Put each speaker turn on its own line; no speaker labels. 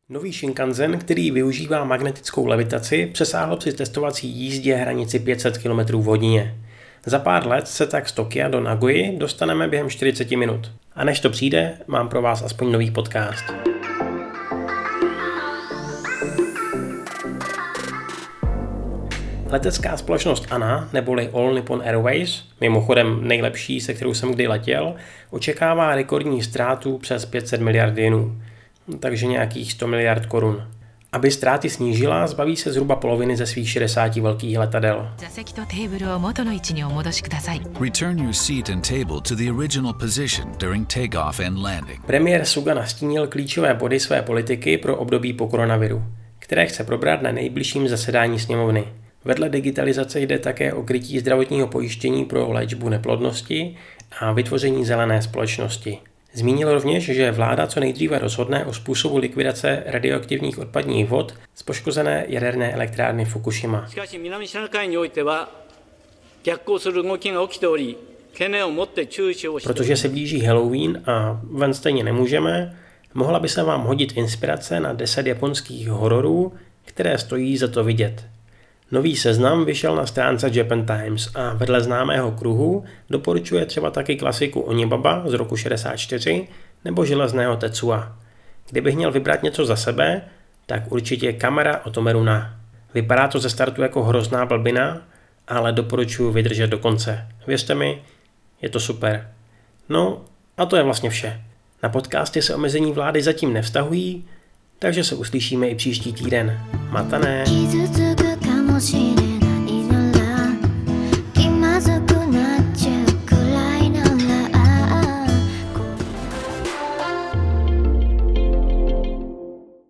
Nový Shinkansen, který využívá magnetickou levitaci, přesáhl při testovací jízdě hranici 500 km v hodině. Za pár let se tak z Tokia do Nagoji dostaneme během 40 minut. A než to přijde, mám pro vás aspoň nový podcast. Letecká společnost ANA, neboli All Nippon Airways, mimochodem nejlepší, se kterou jsem kdy letěl, očekává rekordní ztrátu přes 500 miliard jenů, takže nějakých 100 miliard korun. Aby ztráty snížila, zbaví se zhruba poloviny ze svých 60 velkých letadel.
Return your seat and table to the original position during takeoff and landing.
Premiér Suga nastínil klíčové body své politiky pro období po koronaviru, které chce probrat na nejbližším zasedání sněmovny. Vedle digitalizace jde také o krytí zdravotního pojištění pro léčbu neplodnosti a vytvoření zelené společnosti. Zmínil rovněž, že vláda co nejdříve rozhodne o způsobu likvidace radioaktivních odpadních vod z poškozené jaderné elektrárny Fukushima. Protože se blíží Halloween a ven stejně nemůžeme, mohla by se vám hodit inspirace na 10 japonských hororů, které stojí za to vidět. Nový seznam vyšel na stránce Japan Times a vedle známého kruhu doporučuje třeba taky klasiku Onibaba z roku 64 nebo železného Tetsua. Kdybych měl vybrat něco za sebe, tak určitě Kamera Otomeruna. Vypadá to ze startu jako hrozná blbina, ale doporučuji vydržet do konce. Věřte mi, je to super. No a to je vlastně vše. Na podcasty se omezení vlády zatím nevztahují, takže se uslyšíme i příští týden. Matané!